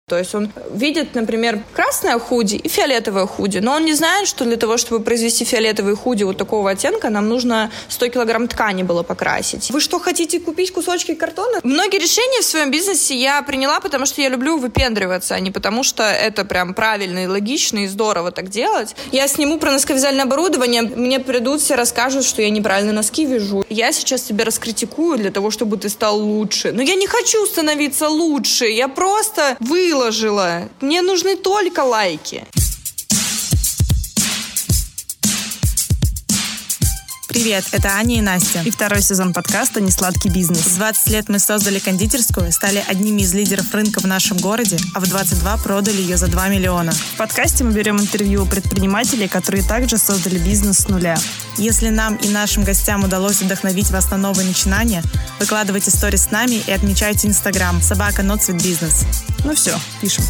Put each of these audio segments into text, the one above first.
То есть он видит, например, красное худи и фиолетовое худи, но он не знает, что для того, чтобы произвести фиолетовый худи вот такого оттенка, нам нужно 100 килограмм ткани было покрасить. Вы что, хотите купить кусочки картона? Многие решения в своем бизнесе я приняла, потому что я люблю выпендриваться, а не потому что это прям правильно и логично и здорово так делать. Я сниму про носковязальное оборудование, мне придут, все расскажут, что я неправильно носки вяжу. Я сейчас тебя раскритикую для того, чтобы ты стал лучше. Но я не хочу становиться лучше, я просто выложила. Мне нужны только лайки. Привет, это Аня и Настя. И второй сезон подкаста «Несладкий бизнес». В 20 лет мы создали кондитерскую, стали одними из лидеров рынка в нашем городе, а в 22 продали ее за 2 миллиона. В подкасте мы берем интервью у предпринимателей, которые также создали бизнес с нуля. Если нам и нашим гостям удалось вдохновить вас на новые начинания, выкладывайте сторис с нами и отмечайте Инстаграм @NotSweetBusiness. Ну все, пишем.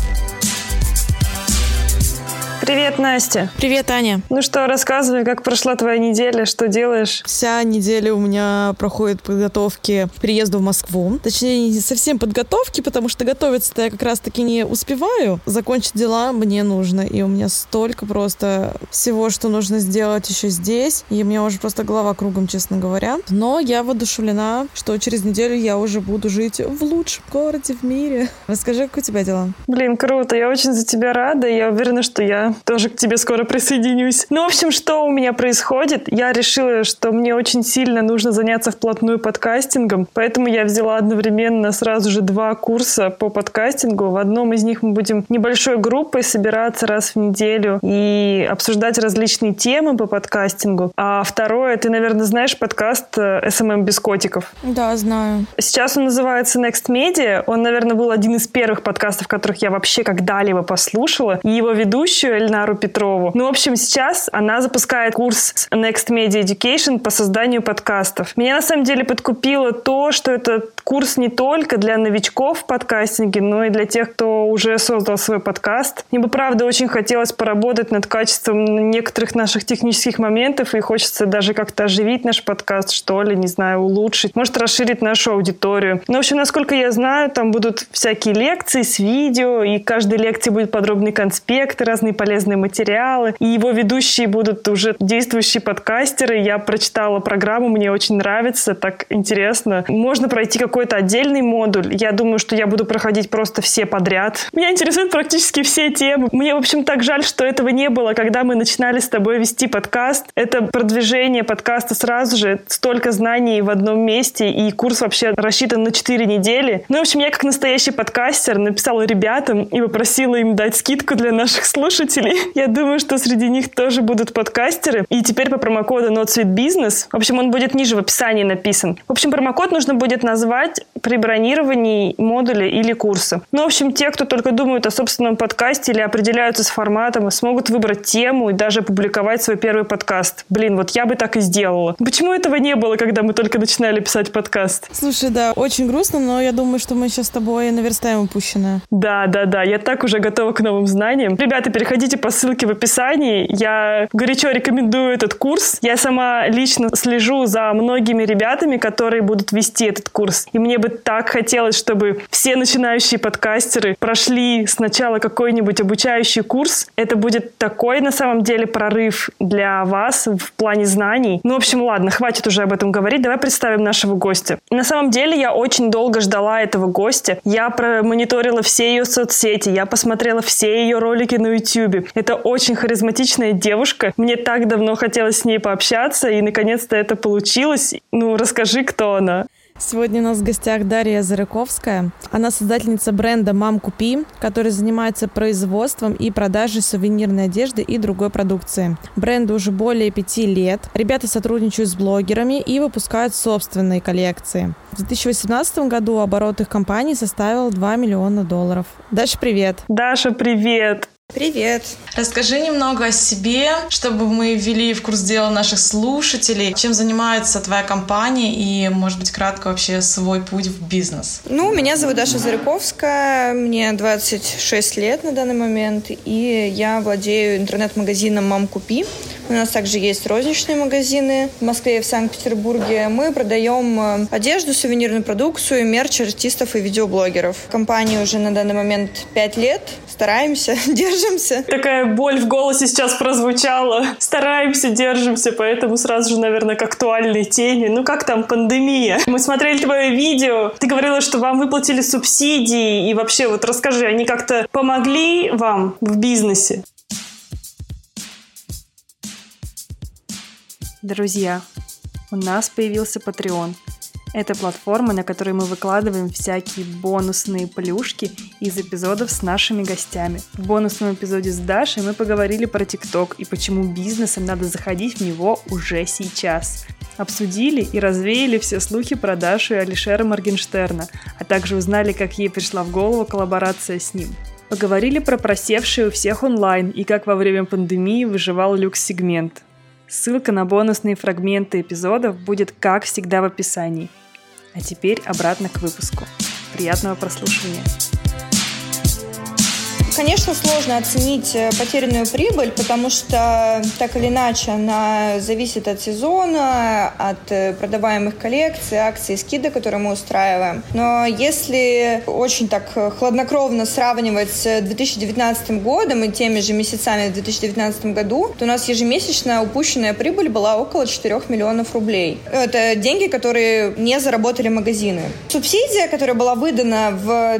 Привет, Настя. Привет, Аня. Ну что, рассказывай, как прошла твоя неделя, что делаешь? Вся неделя у меня проходит подготовки к переезду в Москву. Точнее, не совсем подготовки, потому что готовиться-то я как раз-таки не успеваю. Закончить дела мне нужно, и у меня столько просто всего, что нужно сделать еще здесь, и у меня уже просто голова кругом, честно говоря. Но я воодушевлена, что через неделю я уже буду жить в лучшем городе в мире. Расскажи, как у тебя дела? Блин, круто, я очень за тебя рада, и я уверена, что я тоже к тебе скоро присоединюсь. Ну, в общем, что у меня происходит? Я решила, что мне очень сильно нужно заняться вплотную подкастингом, поэтому я взяла одновременно сразу же 2 курса по подкастингу. В одном из них мы будем небольшой группой собираться раз в неделю и обсуждать различные темы по подкастингу. А второе, ты, наверное, знаешь подкаст SMM без котиков? Да, знаю. Сейчас он называется Next Media. Он, наверное, был один из первых подкастов, которых я вообще когда-либо послушала. И его ведущую Эльнару Петрову. Ну, в общем, сейчас она запускает курс Next Media Education по созданию подкастов. Меня, на самом деле, подкупило то, что этот курс не только для новичков в подкастинге, но и для тех, кто уже создал свой подкаст. Мне бы, правда, очень хотелось поработать над качеством некоторых наших технических моментов, и хочется даже как-то оживить наш подкаст, что ли, не знаю, улучшить. Может, расширить нашу аудиторию. Ну, в общем, насколько я знаю, там будут всякие лекции с видео, и к каждой лекции будет подробный конспект, разные полезные материалы, и его ведущие будут уже действующие подкастеры. Я прочитала программу, мне очень нравится, так интересно. Можно пройти какой-то отдельный модуль. Я думаю, что я буду проходить просто все подряд. Меня интересуют практически все темы. Мне, в общем, так жаль, что этого не было, когда мы начинали с тобой вести подкаст. Это продвижение подкаста сразу же, столько знаний в одном месте, и курс вообще рассчитан на 4 недели. Ну, в общем, я как настоящий подкастер написала ребятам и попросила им дать скидку для наших слушателей. Я думаю, что среди них тоже будут подкастеры. И теперь по промокоду NotSweetBusiness, в общем, он будет ниже в описании написан. В общем, промокод нужно будет назвать при бронировании модуля или курса. Ну, в общем, те, кто только думают о собственном подкасте или определяются с форматом, смогут выбрать тему и даже опубликовать свой первый подкаст. Блин, вот я бы так и сделала. Почему этого не было, когда мы только начинали писать подкаст? Слушай, да, очень грустно, но я думаю, что мы сейчас с тобой наверстаем упущенное. Да, я так уже готова к новым знаниям. Ребята, переходите по ссылке в описании. Я горячо рекомендую этот курс. Я сама лично слежу за многими ребятами, которые будут вести этот курс. И мне бы так хотелось, чтобы все начинающие подкастеры прошли сначала какой-нибудь обучающий курс. Это будет такой, на самом деле, прорыв для вас в плане знаний. Ну, в общем, ладно, хватит уже об этом говорить. Давай представим нашего гостя. На самом деле, я очень долго ждала этого гостя. Я промониторила все ее соцсети, я посмотрела все ее ролики на YouTube. Это очень харизматичная девушка. Мне так давно хотелось с ней пообщаться, и наконец-то это получилось. Ну, расскажи, кто она. Сегодня у нас в гостях Дарья Зарыковская. Она создательница бренда «Мам, купи», который занимается производством и продажей сувенирной одежды и другой продукции. Бренду уже более 5 лет. Ребята сотрудничают с блогерами и выпускают собственные коллекции. В 2018 году оборот их компании составил $2 миллиона. Даша, привет! Даша, привет! Привет! Расскажи немного о себе, чтобы мы ввели в курс дела наших слушателей. Чем занимается твоя компания и, может быть, кратко вообще свой путь в бизнес? Ну, меня зовут Даша Зарыковская, мне 26 лет на данный момент, и я владею интернет-магазином «Мам, купи». У нас также есть розничные магазины в Москве и в Санкт-Петербурге. Мы продаем одежду, сувенирную продукцию, мерч артистов и видеоблогеров. Компании уже на данный момент 5 лет. Стараемся, держимся. Такая боль в голосе сейчас прозвучала. Стараемся, держимся, поэтому сразу же, наверное, к актуальной теме. Ну как там пандемия? Мы смотрели твое видео. Ты говорила, что вам выплатили субсидии. И вообще, вот расскажи, они как-то помогли вам в бизнесе? Друзья, у нас появился Patreon. Это платформа, на которой мы выкладываем всякие бонусные плюшки из эпизодов с нашими гостями. В бонусном эпизоде с Дашей мы поговорили про ТикТок и почему бизнесам надо заходить в него уже сейчас. Обсудили и развеяли все слухи про Дашу и Алишера Моргенштерна, а также узнали, как ей пришла в голову коллаборация с ним. Поговорили про просевший у всех онлайн и как во время пандемии выживал люкс-сегмент. Ссылка на бонусные фрагменты эпизодов будет, как всегда, в описании. А теперь обратно к выпуску. Приятного прослушивания. Конечно, сложно оценить потерянную прибыль, потому что так или иначе она зависит от сезона, от продаваемых коллекций, акций, скидок, которые мы устраиваем. Но если очень так хладнокровно сравнивать с 2019 годом и теми же месяцами в 2019 году, то у нас ежемесячно упущенная прибыль была около 4 миллионов рублей. Это деньги, которые не заработали магазины. Субсидия, которая была выдана в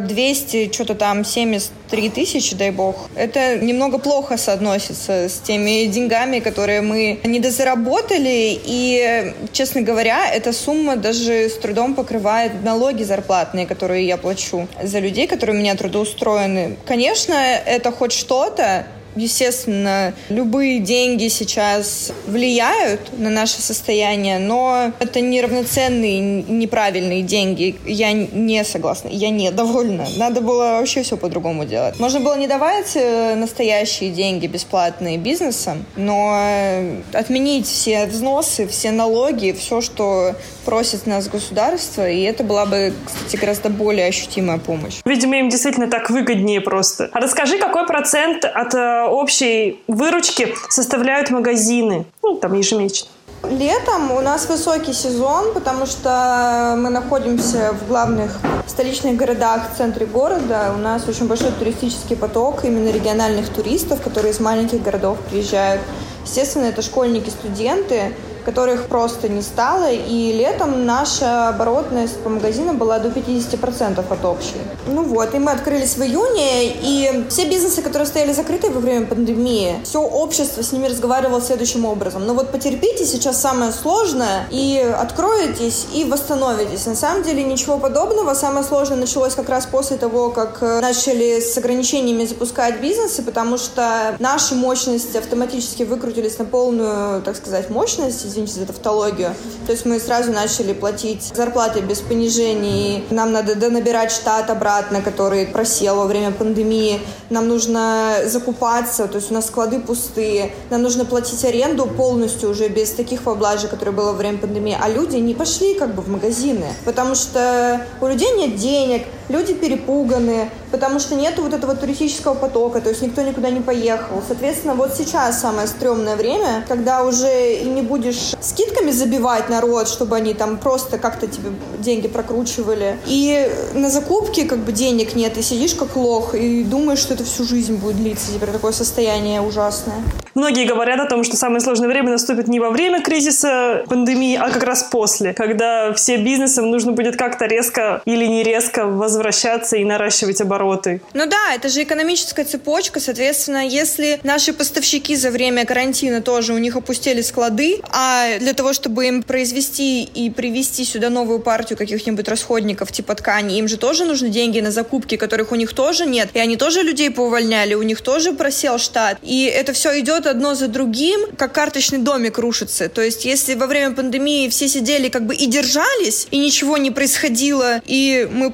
273 тысячи, дай бог. Это немного плохо соотносится с теми деньгами, которые мы недозаработали. И, честно говоря, эта сумма даже с трудом покрывает налоги зарплатные, которые я плачу за людей, которые у меня трудоустроены. Конечно, это хоть что-то. Естественно, любые деньги сейчас влияют на наше состояние, но это неравноценные, неправильные деньги. Я не согласна, я недовольна. Надо было вообще все по-другому делать. Можно было не давать настоящие деньги бесплатные бизнесам, но отменить все взносы, все налоги, все, что просит нас государство, и это была бы, кстати, гораздо более ощутимая помощь. Видимо, им действительно так выгоднее просто. А расскажи, какой процент от общей выручки составляют магазины? Ну, там ежемесячно. Летом у нас высокий сезон, потому что мы находимся в главных столичных городах в центре города. У нас очень большой туристический поток именно региональных туристов, которые из маленьких городов приезжают. Естественно, это школьники, студенты, которых просто не стало, и летом наша оборотность по магазинам была до 50% от общей. Ну вот, и мы открылись в июне, и все бизнесы, которые стояли закрыты во время пандемии, все общество с ними разговаривало следующим образом. Ну вот потерпите, сейчас самое сложное, и откроетесь, и восстановитесь. На самом деле ничего подобного. Самое сложное началось как раз после того, как начали с ограничениями запускать бизнесы, потому что наши мощности автоматически выкрутились на полную, так сказать, мощность, извините за тавтологию. То есть мы сразу начали платить зарплаты без понижений. Нам надо донабирать штат обратно, который просел во время пандемии. Нам нужно закупаться, то есть у нас склады пустые. Нам нужно платить аренду полностью уже без таких поблажек, которые было во время пандемии. А люди не пошли как бы в магазины, потому что у людей нет денег, люди перепуганы, потому что нету вот этого туристического потока, то есть никто никуда не поехал. Соответственно, вот сейчас самое стрёмное время, когда уже и не будешь скидками забивать народ, чтобы они там просто как-то тебе деньги прокручивали. И на закупки как бы денег нет, и сидишь как лох, и думаешь, что это всю жизнь будет длиться. Теперь такое состояние ужасное. Многие говорят о том, что самое сложное время наступит не во время кризиса пандемии, а как раз после, когда все бизнесам нужно будет как-то резко или не резко возвращаться и наращивать обороты. Ну да, это же экономическая цепочка, соответственно, если наши поставщики за время карантина тоже у них опустили склады, а для того, чтобы им произвести и привезти сюда новую партию каких-нибудь расходников типа ткани, им же тоже нужны деньги на закупки, которых у них тоже нет, и они тоже людей поувольняли, у них тоже просел штат, и это все идет одно за другим, как карточный домик рушится. То есть, если во время пандемии все сидели как бы и держались, и ничего не происходило, и мы просто вот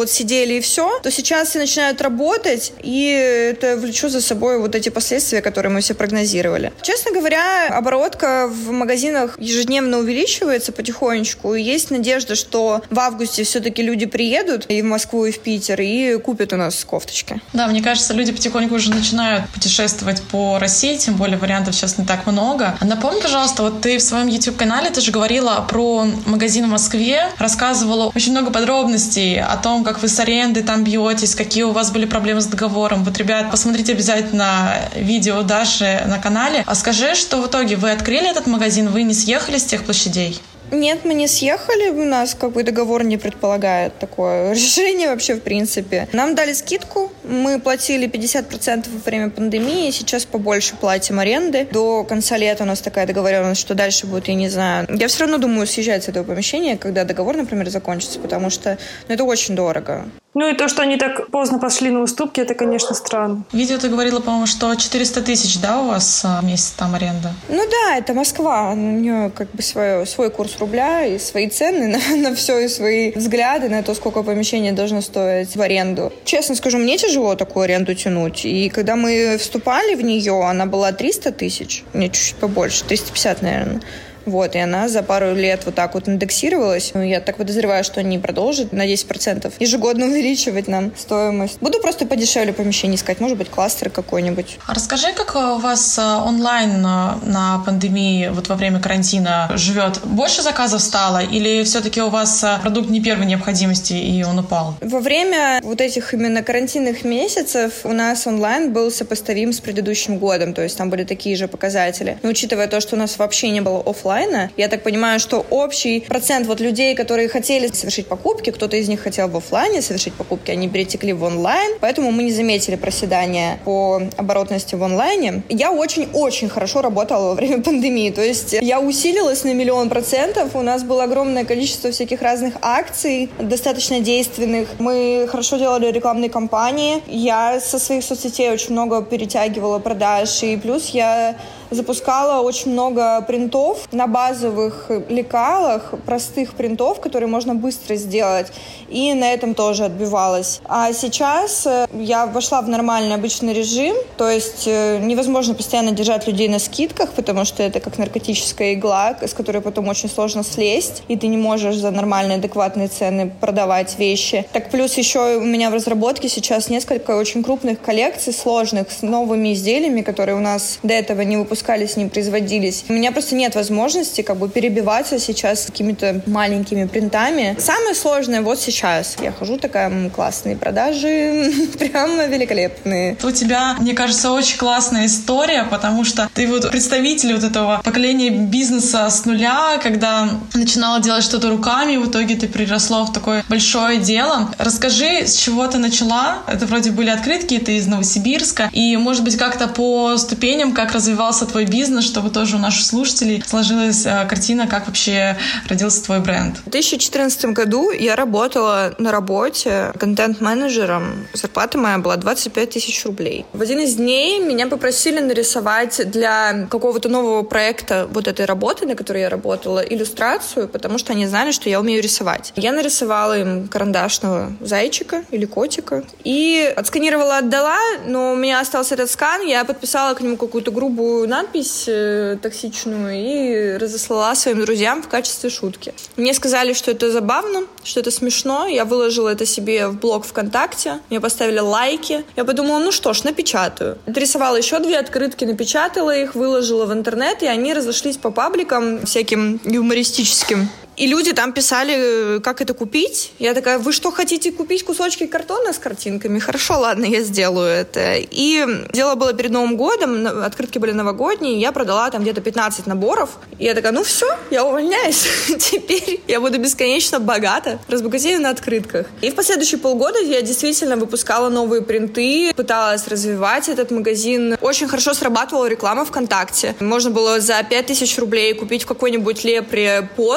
вот сидели и все, то сейчас все начинают работать, и это влечет за собой вот эти последствия, которые мы все прогнозировали. Честно говоря, оборотка в магазинах ежедневно увеличивается потихонечку, и есть надежда, что в августе все-таки люди приедут и в Москву, и в Питер, и купят у нас кофточки. Да, мне кажется, люди потихоньку уже начинают путешествовать по России, тем более вариантов сейчас не так много. Напомни, пожалуйста, вот ты в своем YouTube-канале, ты же говорила про магазин в Москве, рассказывала очень много подробностей о том, как вы с арендой там бьетесь, какие у вас были проблемы с договором. Вот, ребят, посмотрите обязательно видео Даши на канале. А скажи, что в итоге вы открыли этот магазин, вы не съехали с тех площадей? Нет, мы не съехали, у нас договор не предполагает такое решение вообще в принципе. Нам дали скидку, мы платили 50% во время пандемии, сейчас побольше платим аренды. До конца лета у нас такая договоренность, что дальше будет, я не знаю. Я все равно думаю съезжать с этого помещения, когда договор, например, закончится, потому что это очень дорого. Ну и то, что они так поздно пошли на уступки, это, конечно, странно. Видео ты говорила, по-моему, что 400 тысяч, да, у вас в месяц там аренда? Ну да, это Москва. У нее свой курс рубля и свои цены на все, и свои взгляды на то, сколько помещение должно стоить в аренду. Честно скажу, мне тяжело такую аренду тянуть. И когда мы вступали в нее, она была 300 тысяч, мне чуть-чуть побольше, 350, наверное. Вот, и она за пару лет вот так вот индексировалась. Я так подозреваю, что они продолжат на 10% ежегодно увеличивать нам стоимость. Буду просто подешевле помещение искать, может быть, кластер какой-нибудь. А расскажи, как у вас онлайн на пандемии вот во время карантина живет? Больше заказов стало или все-таки у вас продукт не первой необходимости и он упал? Во время вот этих именно карантинных месяцев у нас онлайн был сопоставим с предыдущим годом, то есть там были такие же показатели. Но учитывая то, что у нас вообще не было офлайн, я так понимаю, что общий процент вот людей, которые хотели совершить покупки, кто-то из них хотел в офлайне совершить покупки, они перетекли в онлайн, поэтому мы не заметили проседания по оборотности в онлайне. Я очень-очень хорошо работала во время пандемии, то есть я усилилась на 1,000,000%, у нас было огромное количество всяких разных акций, достаточно действенных, мы хорошо делали рекламные кампании, я со своих соцсетей очень много перетягивала продаж, и плюс я запускала очень много принтов на базовых лекалах, простых принтов, которые можно быстро сделать, и на этом тоже отбивалась. А сейчас я вошла в нормальный обычный режим, то есть невозможно постоянно держать людей на скидках, потому что это как наркотическая игла, с которой потом очень сложно слезть, и ты не можешь за нормальные адекватные цены продавать вещи. Так плюс еще у меня в разработке сейчас несколько очень крупных коллекций, сложных, с новыми изделиями, которые у нас до этого не выпускались, не производились. У меня просто нет возможности перебиваться сейчас какими-то маленькими принтами. Самое сложное вот сейчас. Я хожу такая, классные продажи, прямо великолепные. У тебя, мне кажется, очень классная история, потому что ты вот представитель вот этого поколения бизнеса с нуля, когда начинала делать что-то руками, в итоге ты переросло в такое большое дело. Расскажи, с чего ты начала? Это вроде были открытки, ты из Новосибирска, и, может быть, как-то по ступеням, как развивался твой бизнес, чтобы тоже у наших слушателей сложилась картина, как вообще родился твой бренд. В 2014 году я работала на работе контент-менеджером. Зарплата моя была 25 тысяч рублей. В один из дней меня попросили нарисовать для какого-то нового проекта вот этой работы, на которой я работала, иллюстрацию, потому что они знали, что я умею рисовать. Я нарисовала им карандашного зайчика или котика и отсканировала, отдала, но у меня остался этот скан, я подписала к нему какую-то грубую надпись токсичную и разослала своим друзьям в качестве шутки. Мне сказали, что это забавно, что это смешно. Я выложила это себе в блог ВКонтакте. Мне поставили лайки. Я подумала, ну что ж, напечатаю. Отрисовала еще 2 открытки, напечатала их, выложила в интернет, и они разошлись по пабликам всяким юмористическим. И люди там писали, как это купить. Я такая, вы что, хотите купить кусочки картона с картинками? Хорошо, ладно, я сделаю это. И дело было перед Новым годом, открытки были новогодние, я продала там где-то 15 наборов. И я такая, ну все, я увольняюсь. Теперь я буду бесконечно богата, разбогатею на открытках. И в последующие полгода я действительно выпускала новые принты, пыталась развивать этот магазин. Очень хорошо срабатывала реклама ВКонтакте. Можно было за 5000 рублей купить в какой-нибудь Лепре пост рекламы,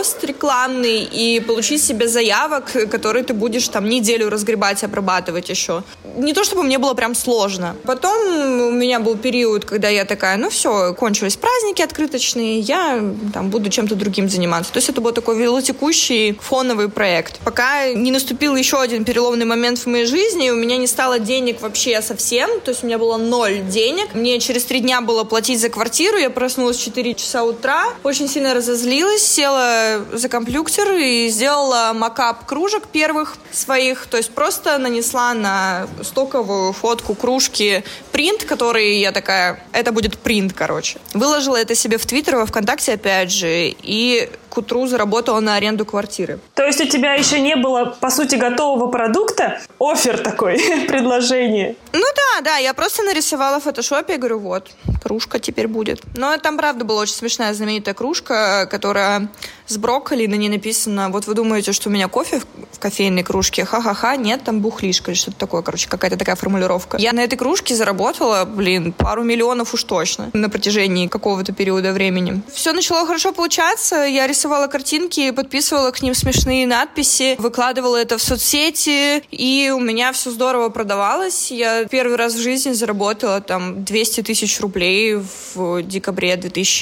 рекламный и получить себе заявок, которые ты будешь там неделю разгребать, обрабатывать еще. Не то чтобы мне было прям сложно. Потом у меня был период, когда я такая, ну все, кончились праздники открыточные, я там буду чем-то другим заниматься. То есть это был такой велотекущий фоновый проект. Пока не наступил еще один переломный момент в моей жизни, у меня не стало денег вообще совсем, то есть у меня было 0 денег. Мне через 3 дня было платить за квартиру, я проснулась в 4 часа утра, очень сильно разозлилась, села за компьютер и сделала макап кружек первых своих, то есть просто нанесла на стоковую фотку кружки принт, который я такая, это будет принт, короче. Выложила это себе в Твиттер, во ВКонтакте опять же, и к утру заработала на аренду квартиры. То есть у тебя еще не было, по сути, готового продукта? Оффер такой, предложение. Ну да, я просто нарисовала в фотошопе и говорю, вот, кружка теперь будет. Но там, правда, была очень смешная знаменитая кружка, которая с брокколи, на ней написано, вот вы думаете, что у меня кофе в кофейной кружке? Ха-ха-ха, нет, там бухлишка или что-то такое, короче, какая-то такая формулировка. Я на этой кружке заработала, пару миллионов уж точно на протяжении какого-то периода времени. Все начало хорошо получаться, я рисовала картинки, подписывала к ним смешные надписи, выкладывала это в соцсети, и у меня все здорово продавалось. Я первый раз в жизни заработала там 200 тысяч рублей в декабре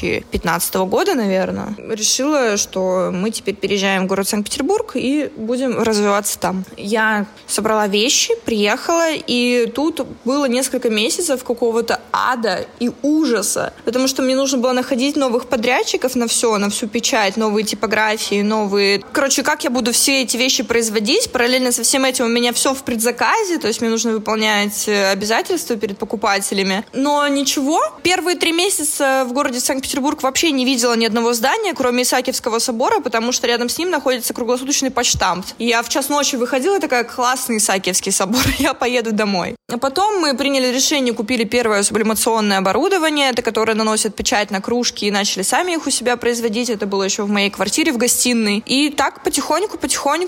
2015 года, наверное. Решила, что мы теперь переезжаем в город Санкт-Петербург и будем развиваться там. Я собрала вещи, приехала, и тут было несколько месяцев какого-то ада и ужаса, потому что мне нужно было находить новых подрядчиков на всю печать, новые типографии, новые... Короче, как я буду все эти вещи производить? Параллельно со всем этим у меня все в предзаказе, то есть мне нужно выполнять обязательства перед покупателями. Но ничего. Первые 3 месяца в городе Санкт-Петербург вообще не видела ни одного здания, кроме Исаакиевского собора, потому что рядом с ним находится круглосуточный почтамт. И я в час ночи выходила, такая, классный Исаакиевский собор, я поеду домой. А потом мы приняли решение, купили первое сублимационное оборудование, это которое наносит печать на кружки, и начали сами их у себя производить. Это было еще в моей квартире в гостиной. И так потихоньку.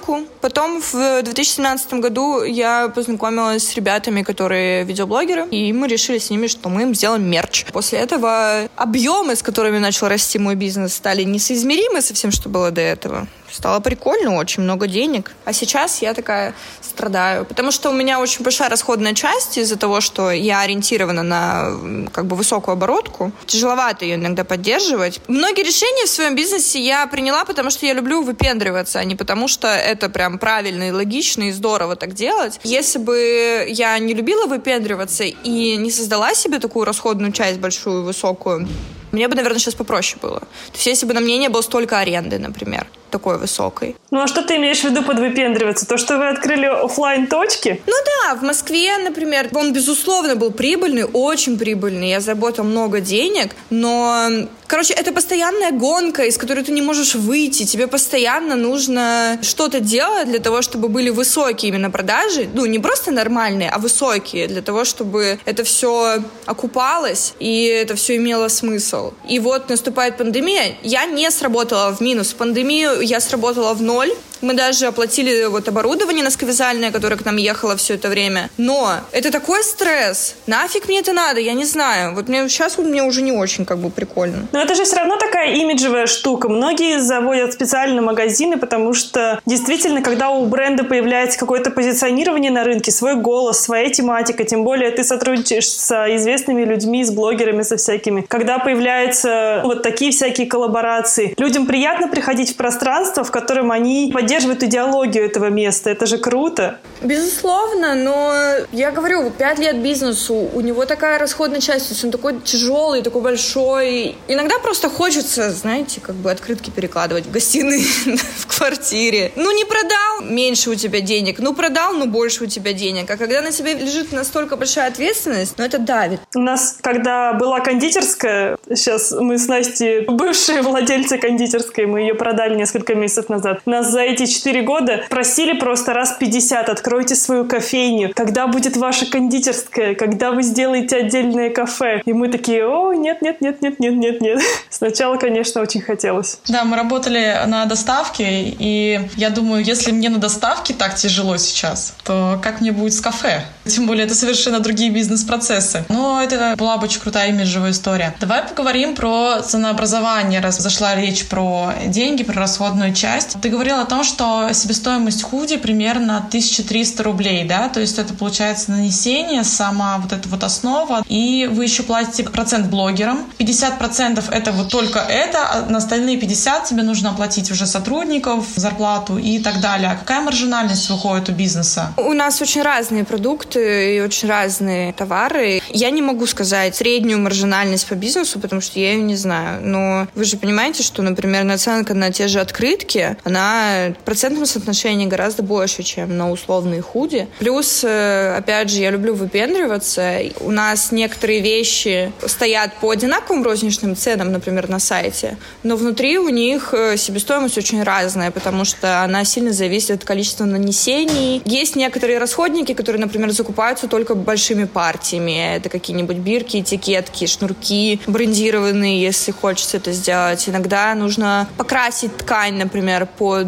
Потом в 2017 году я познакомилась с ребятами, которые видеоблогеры, и мы решили с ними, что мы им сделаем мерч. После этого объемы, с которыми начал расти мой бизнес, стали несоизмеримы со всем, что было до этого. Стало прикольно, очень много денег. А сейчас я такая страдаю, потому что у меня очень большая расходная часть из-за того, что я ориентирована на высокую оборотку. Тяжеловато ее иногда поддерживать. Многие решения в своем бизнесе я приняла, потому что я люблю выпендриваться, а не потому что это прям правильно и логично и здорово так делать. Если бы я не любила выпендриваться и не создала себе такую расходную часть большую, высокую, мне бы, наверное, сейчас попроще было. То есть если бы на мне не было столько аренды, например, такой высокой. Ну а что ты имеешь в виду под выпендриваться? То, что вы открыли офлайн-точки? Ну да, в Москве, например, он, безусловно, был прибыльный, очень прибыльный. Я заработала много денег, но... Короче, это постоянная гонка, из которой ты не можешь выйти. Тебе постоянно нужно что-то делать для того, чтобы были высокие именно продажи. Ну, не просто нормальные, а высокие. Для того, чтобы это все окупалось и это все имело смысл. И вот наступает пандемия. Я не сработала в минус. В пандемию я сработала в 0. Мы даже оплатили оборудование насквизальное, которое к нам ехало все это время. Но это такой стресс. Нафиг мне это надо? Я не знаю. Вот сейчас мне уже не очень прикольно. Но это же все равно такая имиджевая штука. Многие заводят специальные магазины, потому что действительно, когда у бренда появляется какое-то позиционирование на рынке, свой голос, своя тематика, тем более ты сотрудничаешь с известными людьми, с блогерами, со всякими. Когда появляются вот такие всякие коллаборации, людям приятно приходить в пространство, в котором они поддерживают идеологию этого места. Это же круто. Безусловно, но я говорю, 5 лет бизнесу, у него такая расходная часть, то есть он такой тяжелый, такой большой. Иногда просто хочется, знаете, открытки перекладывать в гостиной, в квартире. Ну, не продал, меньше у тебя денег. Ну, продал, но больше у тебя денег. А когда на тебе лежит настолько большая ответственность, это давит. У нас, когда была кондитерская, сейчас мы с Настей бывшие владельцы кондитерской, мы ее продали несколько месяцев назад. Нас за эти 4 года просили просто раз 50: откройте свою кофейню. Когда будет ваша кондитерская? Когда вы сделаете отдельное кафе? И мы такие: о, нет. Сначала, конечно, очень хотелось. Да, мы работали на доставке, и я думаю, если мне на доставке так тяжело сейчас, то как мне будет с кафе? Тем более это совершенно другие бизнес-процессы. Но это была бы очень крутая имиджевая история. Давай поговорим про ценообразование, раз зашла речь про деньги, про расходную часть. Ты говорила о том, что себестоимость худи примерно 1300 рублей, да? То есть это получается нанесение, сама вот эта вот основа, и вы еще платите процент блогерам. 50% это вот только это, а на остальные 50% тебе нужно оплатить уже сотрудников, зарплату и так далее. А какая маржинальность выходит у бизнеса? У нас очень разные продукты и очень разные товары. Я не могу сказать среднюю маржинальность по бизнесу, потому что я ее не знаю. Но вы же понимаете, что, например, наценка на те же открытки, она в процентном соотношении гораздо больше, чем на условные худи. Плюс, опять же, я люблю выпендриваться. У нас некоторые вещи стоят по одинаковым розничным ценам, например, на сайте, но внутри у них себестоимость очень разная, потому что она сильно зависит от количества нанесений. Есть некоторые расходники, которые, например, закупаются только большими партиями. Это какие-нибудь бирки, этикетки, шнурки брендированные, если хочется это сделать. Иногда нужно покрасить ткань, например, под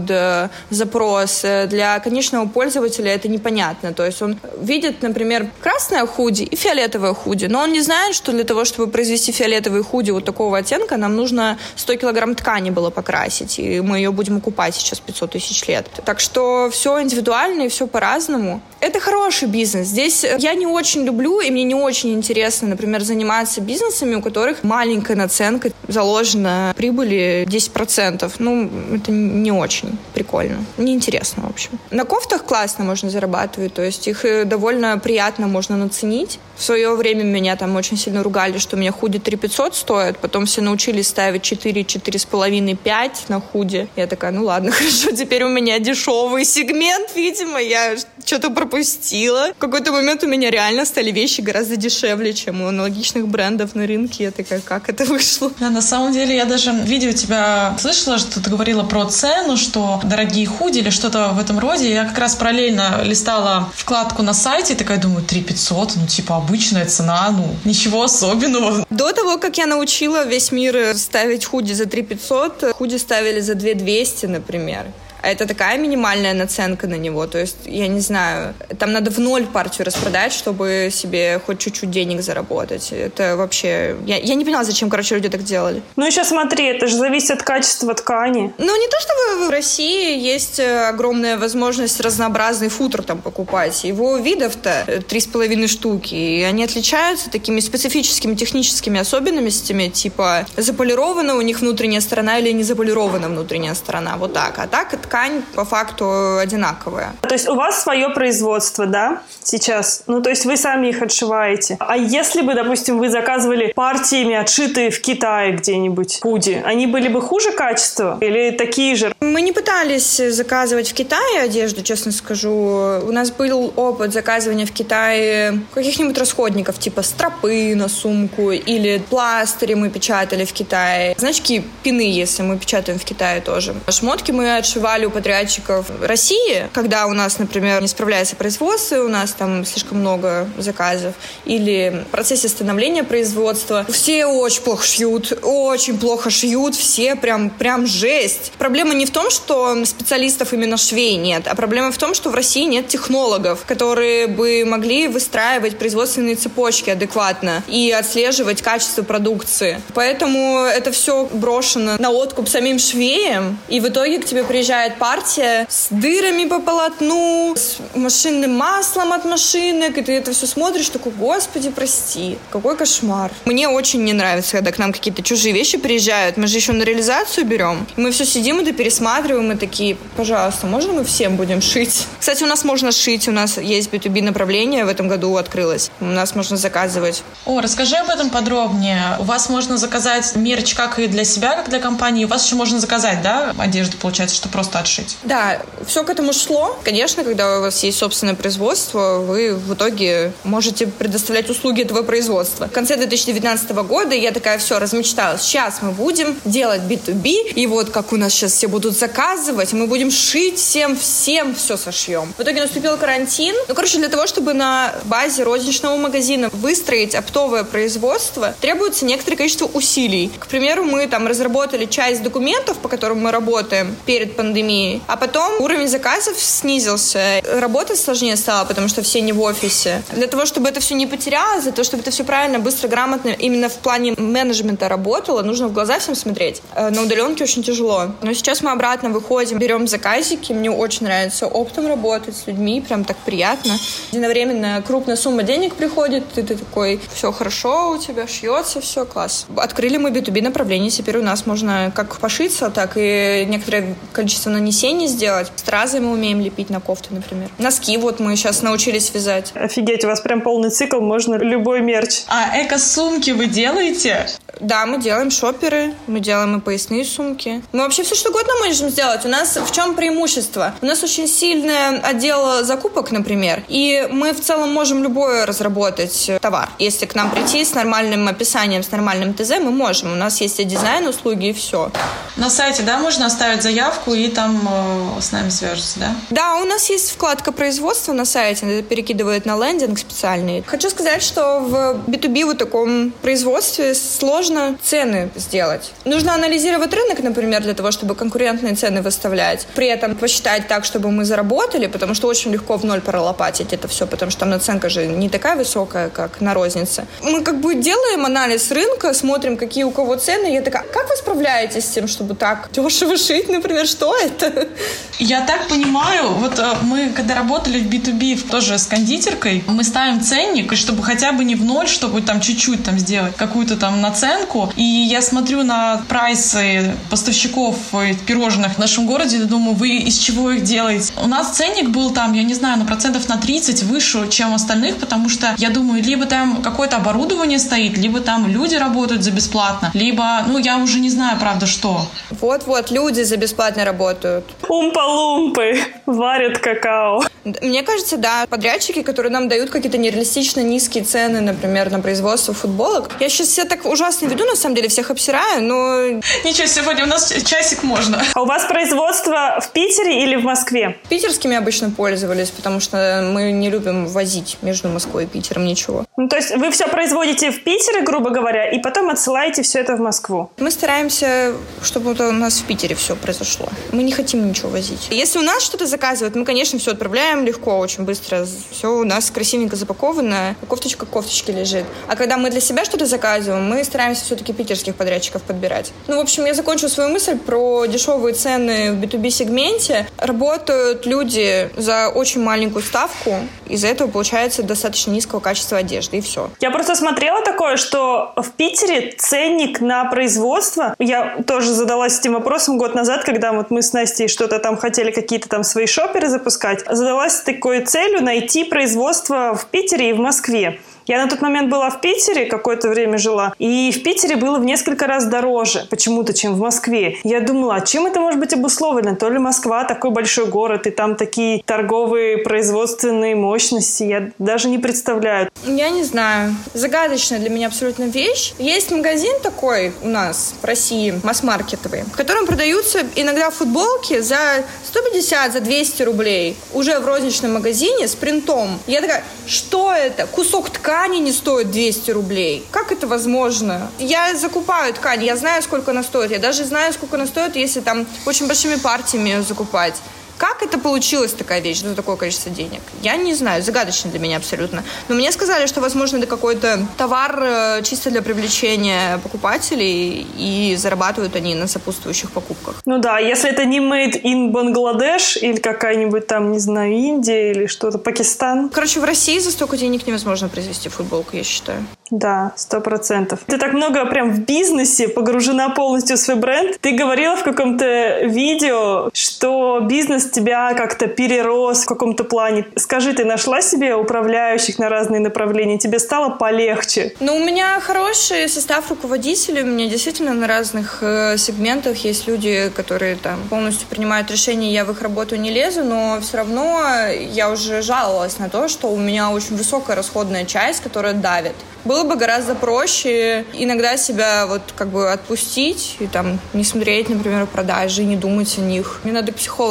запрос. Для конечного пользователя это непонятно. То есть он видит, например, красное худи и фиолетовое худи, но он не знает, что для того, чтобы произвести фиолетовый худи вот такого оттенка, нам нужно 100 килограмм ткани было покрасить, и мы ее будем окупать сейчас 500 тысяч лет. Так что все индивидуально и все по-разному. Это хороший бизнес. Здесь я не очень люблю, и мне не очень интересно, например, заниматься бизнесами, у которых маленькая наценка, заложена прибыли 10%. Ну, это не очень прикольно. Неинтересно, в общем. На кофтах классно можно зарабатывать, то есть их довольно приятно можно наценить. В свое время меня там очень сильно ругали, что у меня худи 3500 стоят, потом все научились ставить 4, 4,5, 5 на худи. Я такая, ну ладно, хорошо, теперь у меня дешевый сегмент, видимо, я что-то пропустила. В какой-то момент у меня реально стали вещи гораздо дешевле, чем у аналогичных брендов на рынке. Я такая, как это вышло? Да, на самом деле, я даже в видео тебя слышала, что ты говорила про цену, что дорогие худи или что-то в этом роде. Я как раз параллельно листала вкладку на сайте, такая думаю, 3500, ну типа обычная цена, ну ничего особенного. До того, как я научила весь мир ставить худи за 3500, худи ставили за 2200, например. А это такая минимальная наценка на него. То есть, я не знаю, там надо в ноль партию распродать, чтобы себе хоть чуть-чуть денег заработать. Это вообще... Я не поняла, зачем, люди так делали. Ну, еще смотри, это же зависит от качества ткани. Ну, не то, чтобы в России есть огромная возможность разнообразный футер там покупать. Его видов-то 3,5 штуки. И они отличаются такими специфическими техническими особенностями, типа заполирована у них внутренняя сторона или не заполирована внутренняя сторона. Вот так. А так ткань по факту одинаковая. То есть у вас свое производство, да, сейчас? Ну, то есть вы сами их отшиваете. А если бы, допустим, вы заказывали партиями, отшитые в Китае где-нибудь худи, они были бы хуже качества или такие же? Мы не пытались заказывать в Китае одежду, честно скажу. У нас был опыт заказывания в Китае каких-нибудь расходников, типа стропы на сумку или пластыри мы печатали в Китае. Значки, пины, если мы печатаем в Китае тоже. Шмотки мы отшивали у подрядчиков России, когда у нас, например, не справляется производство, у нас там слишком много заказов, или в процессе становления производства. Все очень плохо шьют, все прям жесть. Проблема не в том, что специалистов именно швей нет, а проблема в том, что в России нет технологов, которые бы могли выстраивать производственные цепочки адекватно и отслеживать качество продукции. Поэтому это все брошено на откуп самим швеям, и в итоге к тебе приезжает партия с дырами по полотну, с машинным маслом от машинок, и ты это все смотришь, такой, господи, прости, какой кошмар. Мне очень не нравится, когда к нам какие-то чужие вещи приезжают, мы же еще на реализацию берем, мы все сидим это пересматриваем, и такие, пожалуйста, можно мы всем будем шить? Кстати, у нас можно шить, у нас есть B2B направление, в этом году открылось, у нас можно заказывать. Расскажи об этом подробнее. У вас можно заказать мерч как и для себя, как для компании, у вас еще можно заказать, да, одежду, получается, что просто отшить. Да, все к этому шло. Конечно, когда у вас есть собственное производство, вы в итоге можете предоставлять услуги этого производства. В конце 2019 года я такая, все, размечталась. Сейчас мы будем делать B2B, и вот как у нас сейчас все будут заказывать, мы будем шить всем все сошьем. В итоге наступил карантин. Для того, чтобы на базе розничного магазина выстроить оптовое производство, требуется некоторое количество усилий. К примеру, мы там разработали часть документов, по которым мы работаем перед пандемией, пандемии. А потом уровень заказов снизился. Работа сложнее стала, потому что все не в офисе. Для того, чтобы это все не потерялось, для того, чтобы это все правильно, быстро, грамотно именно в плане менеджмента работало, нужно в глаза всем смотреть. На удаленке очень тяжело. Но сейчас мы обратно выходим, берем заказики. Мне очень нравится оптом работать с людьми, прям так приятно. Единовременно крупная сумма денег приходит, и ты такой, все хорошо у тебя, шьется, все, класс. Открыли мы B2B направление, теперь у нас можно как пошиться, так и некоторое количество нанесений сделать. Стразы мы умеем лепить на кофты, например. Носки вот мы сейчас научились вязать. Офигеть, у вас прям полный цикл, можно любой мерч. А эко-сумки вы делаете? Да, мы делаем шоперы, мы делаем и поясные сумки. Мы вообще все что угодно можем сделать. У нас в чем преимущество? У нас очень сильный отдел закупок, например, и мы в целом можем любой разработать товар. Если к нам прийти с нормальным описанием, с нормальным ТЗ, мы можем. У нас есть и дизайн, услуги, и все. На сайте, да, можно оставить заявку и там с нами свяжутся, да? Да, у нас есть вкладка производства на сайте, это перекидывает на лендинг специальный. Хочу сказать, что в B2B вот таком производстве сложно цены сделать. Нужно анализировать рынок, например, для того, чтобы конкурентные цены выставлять. При этом посчитать так, чтобы мы заработали, потому что очень легко в ноль пролопатить это все, потому что там наценка же не такая высокая, как на рознице. Мы как бы делаем анализ рынка, смотрим, какие у кого цены. Я такая, как вы справляетесь с тем, чтобы так дешево шить, например, что это? Я так понимаю, вот мы когда работали в B2B тоже с кондитеркой, мы ставим ценник, и чтобы хотя бы не в ноль, чтобы там чуть-чуть там сделать какую-то там наценку. И я смотрю на прайсы поставщиков пирожных в нашем городе и думаю, вы из чего их делаете? У нас ценник был там, я не знаю, на процентов на 30 выше, чем остальных, потому что я думаю, либо там какое-то оборудование стоит, либо там люди работают за бесплатно, либо, я уже не знаю, правда, что. Вот-вот, люди за бесплатно работают. Умпа-лумпы варят какао. Мне кажется, да, подрядчики, которые нам дают какие-то нереалистично низкие цены, например, на производство футболок. Я сейчас себя так ужасно веду, на самом деле, всех обсираю, но... Ничего, сегодня у нас часик можно. А у вас производство в Питере или в Москве? Питерскими обычно пользовались, потому что мы не любим возить между Москвой и Питером ничего. То есть вы все производите в Питере, грубо говоря, и потом отсылаете все это в Москву? Мы стараемся, чтобы у нас в Питере все произошло. Мы не хотим ничего возить. Если у нас что-то заказывают, мы, конечно, все отправляем легко, очень быстро. Все у нас красивенько запаковано, кофточка к кофточке лежит. А когда мы для себя что-то заказываем, мы стараемся все-таки питерских подрядчиков подбирать. В общем, я закончу свою мысль про дешевые цены в B2B-сегменте. Работают люди за очень маленькую ставку, из-за этого получается достаточно низкого качества одежды, и все. Я просто смотрела такое, что в Питере ценник на производство, я тоже задалась этим вопросом год назад, когда вот мы с Настей что-то там хотели, какие-то там свои шоперы запускать, задалась такой целью найти производство в Питере и в Москве. Я на тот момент была в Питере, какое-то время жила, и в Питере было в несколько раз дороже почему-то, чем в Москве. Я думала, а чем это может быть обусловлено? То ли Москва такой большой город, и там такие торговые производственные мощности, я даже не представляю. Я не знаю. Загадочная для меня абсолютно вещь. Есть магазин такой у нас в России, масс-маркетовый, в котором продаются иногда футболки за 150, за 200 рублей. Уже в розничном магазине с принтом. Я такая, что это? Кусок ткани не стоит 200 рублей. Как это возможно? Я закупаю ткань, я знаю, сколько она стоит. Я даже знаю, сколько она стоит, если там очень большими партиями ее закупать. Как это получилось, такая вещь, за такое количество денег? Я не знаю, загадочно для меня абсолютно. Но мне сказали, что, возможно, это какой-то товар чисто для привлечения покупателей, и зарабатывают они на сопутствующих покупках. Ну да, если это не made in Бангладеш или какая-нибудь там, не знаю, Индия или что-то, Пакистан. Короче, в России за столько денег невозможно произвести футболку, я считаю. Да, 100%. Ты так много прям в бизнесе, погружена полностью в свой бренд. Ты говорила в каком-то видео, что бизнес тебя как-то перерос в каком-то плане. Скажи, ты нашла себе управляющих на разные направления? Тебе стало полегче? Ну, у меня хороший состав руководителей. У меня действительно на разных сегментах есть люди, которые там полностью принимают решения. Я в их работу не лезу, но все равно я уже жаловалась на то, что у меня очень высокая расходная часть, которая давит. Было бы гораздо проще иногда себя вот как бы отпустить и там не смотреть, например, продажи, не думать о них. Мне надо к психологу, кажется,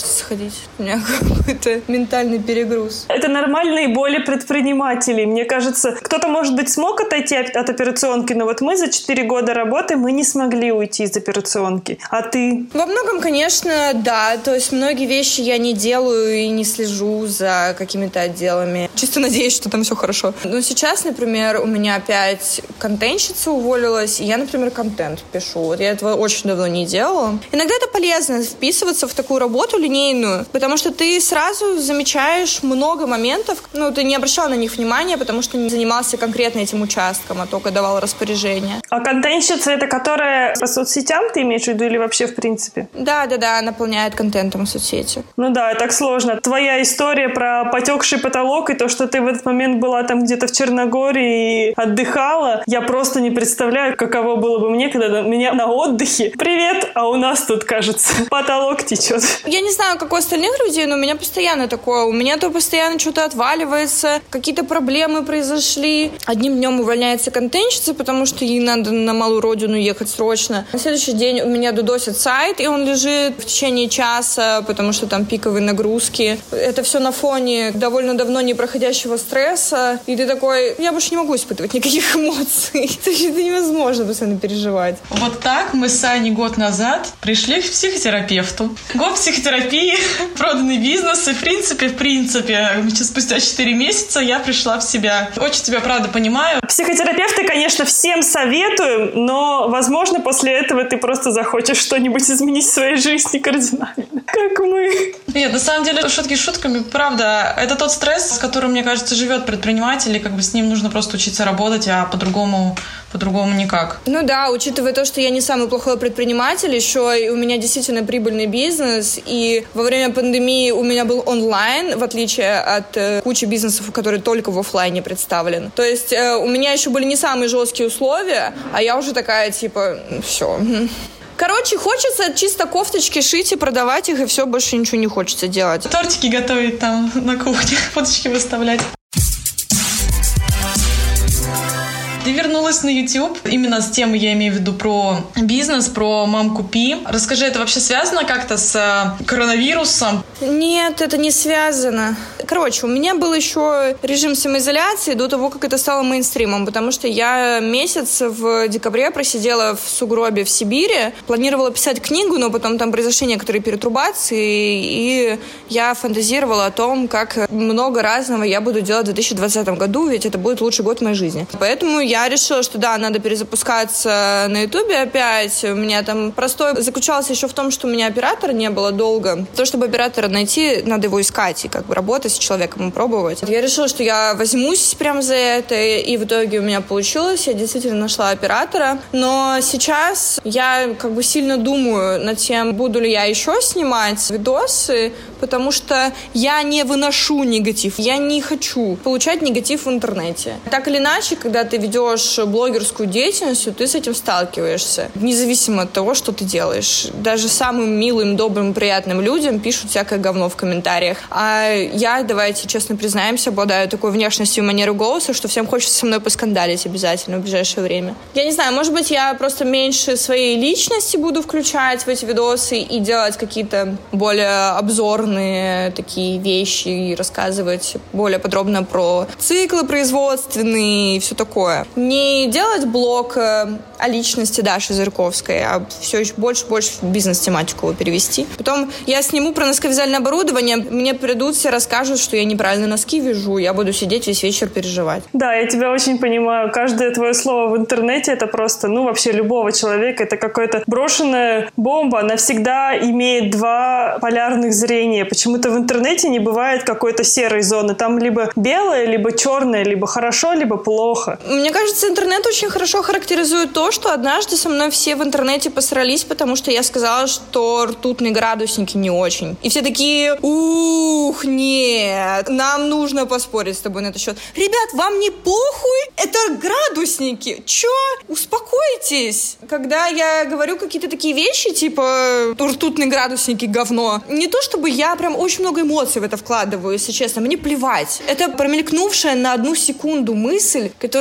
кажется, сходить. У меня какой-то ментальный перегруз. Это нормальные боли предпринимателей. Мне кажется, кто-то, может быть, смог отойти от операционки, но вот мы за 4 года работы мы не смогли уйти из операционки. А ты? Во многом, конечно, да. То есть многие вещи я не делаю и не слежу за какими-то отделами. Чисто надеюсь, что там все хорошо. Но сейчас, например, у меня опять контентщица уволилась, и я, например, контент пишу. Вот я этого очень давно не делала. Иногда это полезно вписываться в такую работу линейную, потому что ты сразу замечаешь много моментов. Ну, ты не обращал на них внимания, потому что не занимался конкретно этим участком, а только давал распоряжение. А контентщица — это которая по соцсетям, ты имеешь в виду, или вообще в принципе? Да, наполняет контентом соцсети. Ну да, так сложно. Твоя история про потекший потолок и то, что ты в этот момент была там где-то в Черногории и отдыхала, я просто не представляю, каково было бы мне, когда меня на отдыхе. Привет, а у нас тут, кажется, потолок течет. Я не знаю, как у остальных людей, но у меня постоянно такое. У меня то постоянно что-то отваливается, какие-то проблемы произошли. Одним днем увольняется контентщица, потому что ей надо на малую родину ехать срочно. На следующий день у меня дудосит сайт, и он лежит в течение часа, потому что там пиковые нагрузки. Это все на фоне довольно давно не проходящего стресса. И ты такой, я больше не могу испытывать никаких эмоций. Это невозможно постоянно переживать. Вот так мы с Аней год назад пришли к психотерапевту. Год психотерапии, проданный бизнес. И в принципе, спустя 4 месяца я пришла в себя. Очень тебя, правда, понимаю. Психотерапевты, конечно, всем советую, но, возможно, после этого ты просто захочешь что-нибудь изменить в своей жизни кардинально. Как мы. Нет, на самом деле, шутки шутками, правда, это тот стресс, с которым, мне кажется, живет предприниматель, и как бы с ним нужно просто учиться работать, а по-другому никак. Ну да, учитывая то, что я не самый плохой предприниматель, еще и у меня действительно прибыльный бизнес, и во время пандемии у меня был онлайн, в отличие от кучи бизнесов, которые только в офлайне представлены. То есть у меня еще были не самые жесткие условия, а я уже такая, типа, все. Короче, хочется чисто кофточки шить и продавать их, и все, больше ничего не хочется делать. Тортики готовить там на кухне, фоточки выставлять. Ты вернулась на YouTube именно с темой, я имею в виду, про бизнес, про «Мам, купи». Расскажи, это вообще связано как-то с коронавирусом? Нет, это не связано. Короче, у меня был еще режим самоизоляции до того, как это стало мейнстримом, потому что я месяц в декабре просидела в сугробе в Сибири, планировала писать книгу, но потом там произошли некоторые перетрубации, и я фантазировала о том, как много разного я буду делать в 2020 году, ведь это будет лучший год в моей жизни. Поэтому я решила, что да, надо перезапускаться на Ютубе опять. У меня там простой заключался еще в том, что у меня оператора не было долго. То, чтобы оператора найти, надо его искать и как бы работать с человеком и пробовать. Я решила, что я возьмусь прям за это, и в итоге у меня получилось. Я действительно нашла оператора. Но сейчас я как бы сильно думаю над тем, буду ли я еще снимать видосы, потому что я не выношу негатив. Я не хочу получать негатив в интернете. Так или иначе, когда ты ведешь блогерскую деятельность, ты с этим сталкиваешься. Независимо от того, что ты делаешь. Даже самым милым, добрым, приятным людям пишут всякое говно в комментариях. А я, давайте честно признаемся, обладаю такой внешностью и манерой голоса, что всем хочется со мной поскандалить обязательно в ближайшее время. Я не знаю, может быть, я просто меньше своей личности буду включать в эти видосы и делать какие-то более обзорные такие вещи и рассказывать более подробно про циклы производственные и все такое. Не делать блог о личности Даши Зырковской, а все еще больше в бизнес-тематику его перевести. Потом я сниму про носковязальное оборудование, мне придут, все расскажут, что я неправильно носки вяжу, я буду сидеть весь вечер переживать. Да, я тебя очень понимаю. Каждое твое слово в интернете — это просто, вообще любого человека, это какая-то брошенная бомба. Она всегда имеет два полярных зрения. Почему-то в интернете не бывает какой-то серой зоны. Там либо белое, либо черное, либо хорошо, либо плохо. Мне кажется, интернет очень хорошо характеризует то, что однажды со мной все в интернете посрались, потому что я сказала, что ртутные градусники не очень. И все такие, нет, нам нужно поспорить с тобой на этот счет. Ребят, вам не похуй? Это градусники. Чё? Успокойтесь. Когда я говорю какие-то такие вещи, типа ртутные градусники говно, не то чтобы я прям очень много эмоций в это вкладываю, если честно, мне плевать. Это промелькнувшая на 1 секунду мысль, которую я просто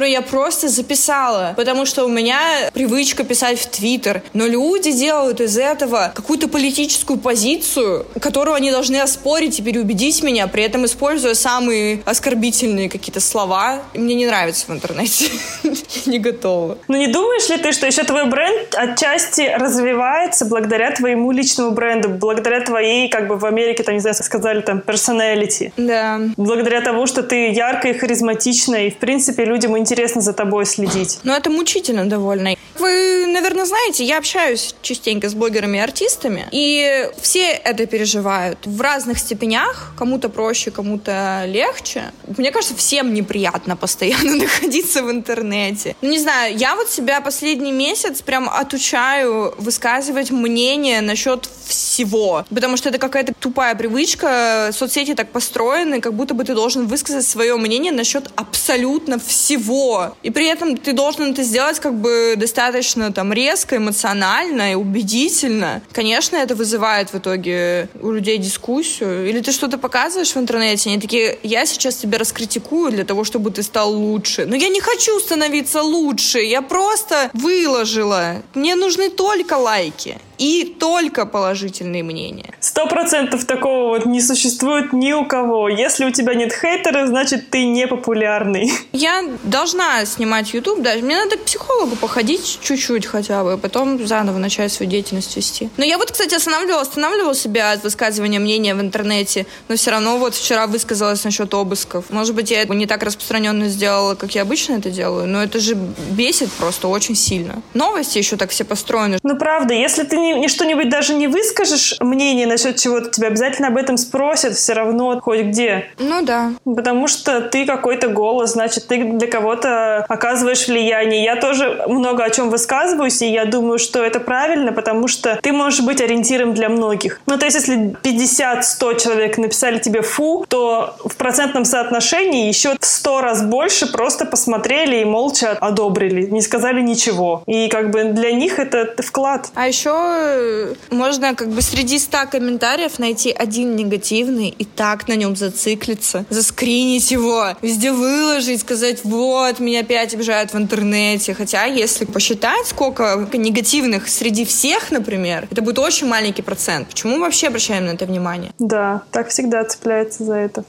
просто записала, потому что у меня привычка писать в Твиттер. Но люди делают из этого какую-то политическую позицию, которую они должны оспорить и переубедить меня, при этом используя самые оскорбительные какие-то слова. Мне не нравится в интернете. Я не готова. Ну не думаешь ли ты, что еще твой бренд отчасти развивается благодаря твоему личному бренду, благодаря твоей, как бы в Америке, там, не знаю, сказали, там, personality? Да. Благодаря тому, что ты яркая и харизматичная, и, в принципе, людям интересно за тобой следить. Но это мучительно довольно. Вы, наверное, знаете, я общаюсь частенько с блогерами и артистами, и все это переживают в разных степенях. Кому-то проще, кому-то легче. Мне кажется, всем неприятно постоянно находиться в интернете. Ну, не знаю, я вот себя последний месяц прям отучаю высказывать мнение насчет всего. Потому что это какая-то тупая привычка. Соцсети так построены, как будто бы ты должен высказать свое мнение насчет абсолютно всего. И при этом ты должен это сделать как бы достаточно там резко, эмоционально и убедительно. Конечно, это вызывает в итоге у людей дискуссию. Или ты что-то показываешь в интернете, они такие: я сейчас тебя раскритикую для того, чтобы ты стал лучше. Но я не хочу становиться лучше, я просто выложила. Мне нужны только лайки. И только положительные мнения. 100% такого вот не существует ни у кого. Если у тебя нет хейтеров, значит, ты не популярный. Я должна снимать YouTube, да. Мне надо к психологу походить чуть-чуть хотя бы, потом заново начать свою деятельность вести. Но я вот, кстати, останавливала себя от высказывания мнения в интернете, но все равно вот вчера высказалась насчет обысков. Может быть, я не так распространенно сделала, как я обычно это делаю, но это же бесит просто очень сильно. Новости еще так все построены. Ну, правда, если ты не что-нибудь даже не выскажешь мнение насчет чего-то, тебя обязательно об этом спросят все равно хоть где. Ну да. Потому что ты какой-то голос, значит, ты для кого-то оказываешь влияние. Я тоже много о чем высказываюсь, и я думаю, что это правильно, потому что ты можешь быть ориентиром для многих. Ну, то есть, если 50-100 человек написали тебе «фу», то в процентном соотношении еще в 100 раз больше просто посмотрели и молча одобрили, не сказали ничего. И как бы для них это вклад. А еще можно как бы среди 100 комментариев найти один негативный и так на нем зациклиться, заскринить его, везде выложить, сказать: вот, меня опять обижают в интернете. Хотя, если посчитать, сколько негативных среди всех, например, это будет очень маленький процент. Почему мы вообще обращаем на это внимание? Да, так всегда цепляется за это.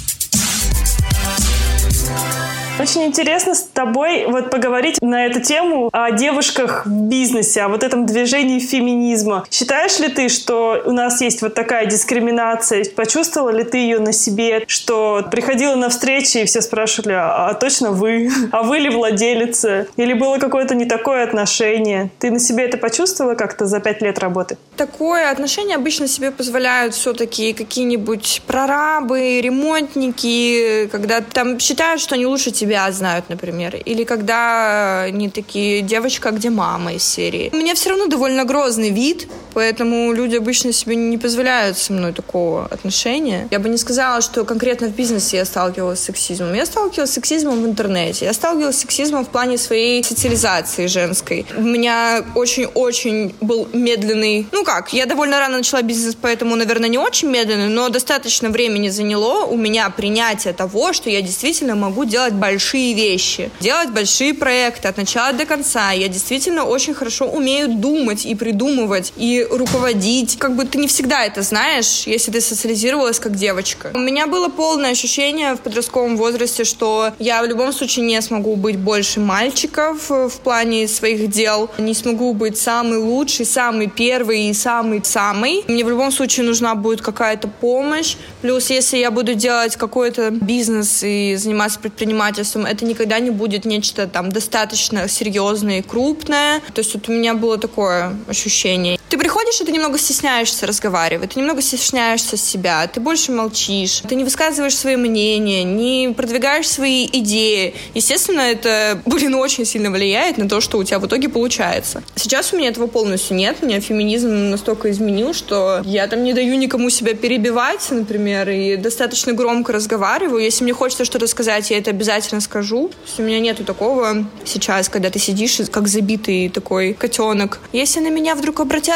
Очень интересно с тобой вот поговорить на эту тему о девушках в бизнесе, о вот этом движении феминизма. Считаешь ли ты, что у нас есть вот такая дискриминация? Почувствовала ли ты ее на себе, что приходила на встречи и все спрашивали: а точно вы? А вы ли владелица? Или было какое-то не такое отношение? Ты на себе это почувствовала как-то за 5 лет работы? Такое отношение обычно себе позволяют все-таки какие-нибудь прорабы, ремонтники, когда там считают, что они лучше тебя знают, например. Или когда они такие: девочка, где мама из серии. У меня все равно довольно грозный вид, поэтому люди обычно себе не позволяют со мной такого отношения. Я бы не сказала, что конкретно в бизнесе я сталкивалась с сексизмом. Я сталкивалась с сексизмом в интернете. Я сталкивалась с сексизмом в плане своей социализации женской. У меня очень-очень был медленный... Ну как, я довольно рано начала бизнес, поэтому, наверное, не очень медленный, но достаточно времени заняло у меня принятие того, что я действительно могу делать большие вещи, делать большие проекты от начала до конца. Я действительно очень хорошо умею думать и придумывать, и руководить. Как бы ты не всегда это знаешь, если ты социализировалась как девочка. У меня было полное ощущение в подростковом возрасте, что я в любом случае не смогу быть больше мальчиков в плане своих дел, не смогу быть самый лучший, самый первый и самый-самый. Мне в любом случае нужна будет какая-то помощь. Плюс, если я буду делать какой-то бизнес и заниматься предпринимательством, это никогда не будет нечто там достаточно серьезное и крупное. То есть вот у меня было такое ощущение. Ты приходишь, и ты немного стесняешься разговаривать, ты немного стесняешься себя, ты больше молчишь, ты не высказываешь свои мнения, не продвигаешь свои идеи. Естественно, это, очень сильно влияет на то, что у тебя в итоге получается. Сейчас у меня этого полностью нет. Меня феминизм настолько изменил, что я там не даю никому себя перебивать, например, и достаточно громко разговариваю. Если мне хочется что-то сказать, я это обязательно скажу. То есть у меня нету такого сейчас, когда ты сидишь как забитый такой котенок. Если на меня вдруг обратят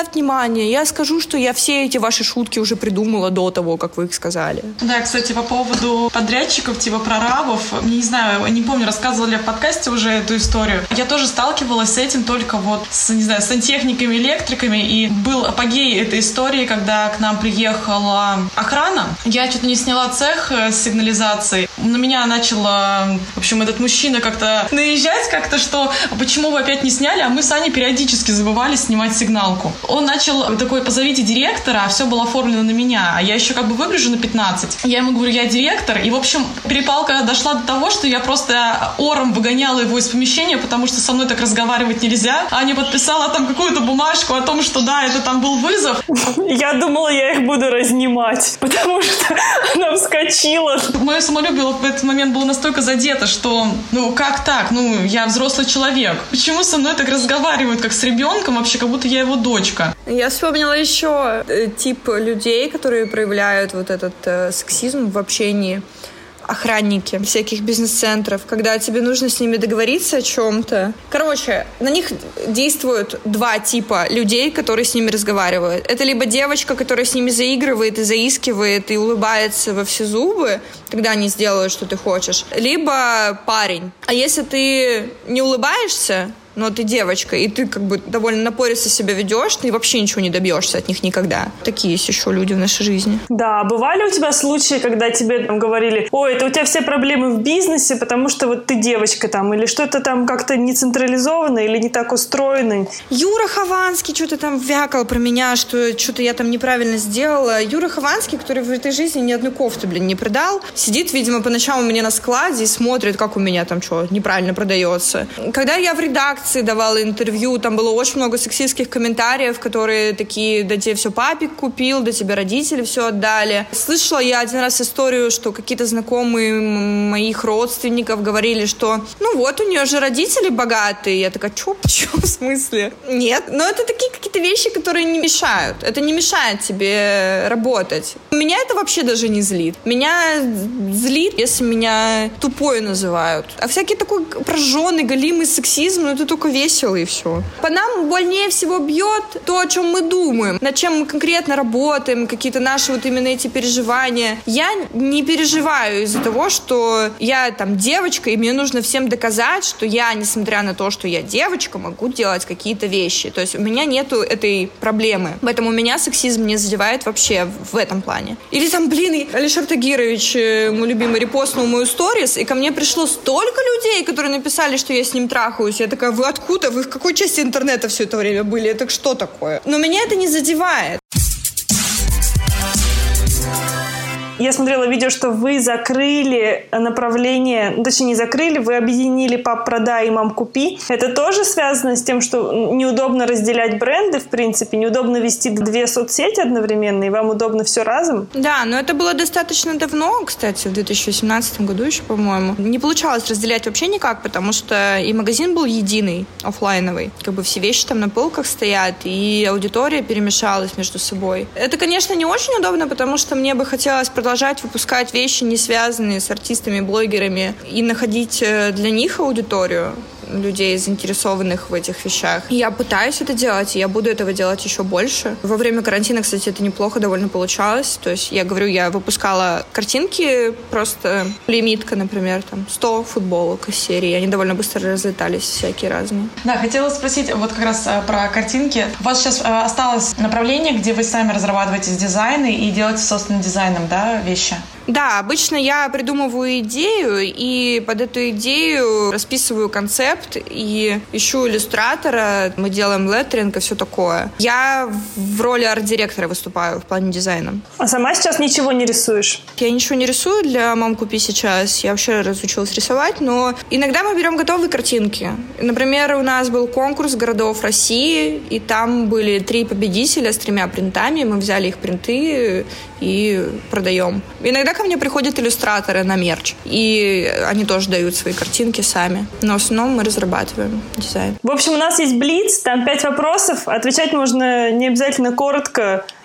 обратят внимание. Я скажу, что я все эти ваши шутки уже придумала до того, как вы их сказали. Да, кстати, по поводу подрядчиков, типа прорабов, не знаю, не помню, рассказывала ли я в подкасте уже эту историю. Я тоже сталкивалась с этим только вот с, не знаю, сантехниками, электриками, и был апогей этой истории, когда к нам приехала охрана. Я что-то не сняла цех с сигнализацией. На меня начала, в общем, этот мужчина как-то наезжать как-то, что почему вы опять не сняли, а мы с Аней периодически забывали снимать сигналку. Он начал такой: позовите директора, а все было оформлено на меня, а я еще как бы выгляжу на 15. Я ему говорю: я директор, и, в общем, перепалка дошла до того, что я просто ором выгоняла его из помещения, потому что со мной так разговаривать нельзя. Аня подписала там какую-то бумажку о том, что да, это там был вызов. Я думала, я их буду разнимать, потому что она вскочила. Мое самолюбие в этот момент было настолько задето, что, как так? Я взрослый человек. Почему со мной так разговаривают, как с ребенком, вообще, как будто я его дочка? Я вспомнила еще тип людей, которые проявляют вот этот сексизм в общении. Охранники всяких бизнес-центров, когда тебе нужно с ними договориться о чем-то. Короче, на них действуют два типа людей, которые с ними разговаривают. Это либо девочка, которая с ними заигрывает и заискивает, и улыбается во все зубы, тогда они сделают, что ты хочешь. Либо парень. А если ты не улыбаешься, но ты девочка, и ты как бы довольно напористо себя ведешь, ты вообще ничего не добьешься от них никогда. Такие есть еще люди в нашей жизни. Да, бывали у тебя случаи, когда тебе там говорили: ой, это у тебя все проблемы в бизнесе, потому что вот ты девочка там, или что-то там как-то не централизовано, или не так устроено? Юра Хованский что-то там вякал про меня, что что-то я там неправильно сделала. Юра Хованский, который в этой жизни ни одной кофты, не продал, сидит, видимо, по ночам у меня на складе и смотрит, как у меня там что неправильно продается. Когда я в редакции давала интервью, там было очень много сексистских комментариев, которые такие: да тебе все папик купил, да тебе родители все отдали. Слышала я один раз историю, что какие-то знакомые моих родственников говорили, что вот у нее же родители богатые. Я такая: что в смысле? Нет, но это такие какие-то вещи, которые не мешают. Это не мешает тебе работать. Меня это вообще даже не злит. Меня злит, если меня тупой называют. А всякий такой прожженный, галимый сексизм, это только весело и все. По нам больнее всего бьет то, о чем мы думаем, над чем мы конкретно работаем, какие-то наши вот именно эти переживания. Я не переживаю из-за того, что я там девочка, и мне нужно всем доказать, что я, несмотря на то, что я девочка, могу делать какие-то вещи. То есть у меня нету этой проблемы. Поэтому меня сексизм не задевает вообще в этом плане. Или там, Алишер Тагирович, мой любимый, репостнул мою сторис, и ко мне пришло столько людей, которые написали, что я с ним трахаюсь. Я такая: вы откуда? Вы в какой части интернета все это время были? Это что такое? Но меня это не задевает. Я смотрела видео, что вы закрыли направление, точнее не закрыли, вы объединили «Пап, продай» и «Мам, купи». Это тоже связано с тем, что неудобно разделять бренды, в принципе, неудобно вести две соцсети одновременно, и вам удобно все разом? Да, но это было достаточно давно, кстати, в 2018 году еще, по-моему. Не получалось разделять вообще никак, потому что и магазин был единый, офлайновый. Как бы все вещи там на полках стоят, и аудитория перемешалась между собой. Это, конечно, не очень удобно, потому что мне бы хотелось продолжать выпускать вещи, не связанные с артистами, блогерами, и находить для них аудиторию, людей, заинтересованных в этих вещах. Я пытаюсь это делать, и я буду этого делать еще больше. Во время карантина, кстати, это неплохо довольно получалось. То есть, я говорю, я выпускала картинки, просто лимитка, например, там 100 футболок из серии. Они довольно быстро разлетались, всякие разные. Да, хотела спросить вот как раз про картинки. У вас сейчас осталось направление, где вы сами разрабатываете дизайны и делаете собственным дизайном, да, вещи? Да, обычно я придумываю идею, и под эту идею расписываю концепт и ищу иллюстратора, мы делаем леттеринг и все такое. Я в роли арт-директора выступаю в плане дизайна. А сама сейчас ничего не рисуешь? Я ничего не рисую для «Мам, купи» сейчас. Я вообще разучилась рисовать, но иногда мы берем готовые картинки. Например, у нас был конкурс городов России, и там были 3 победителя с 3 принтами. Мы взяли их принты и продаем. Иногда ко мне приходят иллюстраторы на мерч, и они тоже дают свои картинки сами. Но в основном мы разрабатываем дизайн. В общем, у нас есть блиц, там 5 вопросов. Отвечать можно не обязательно коротко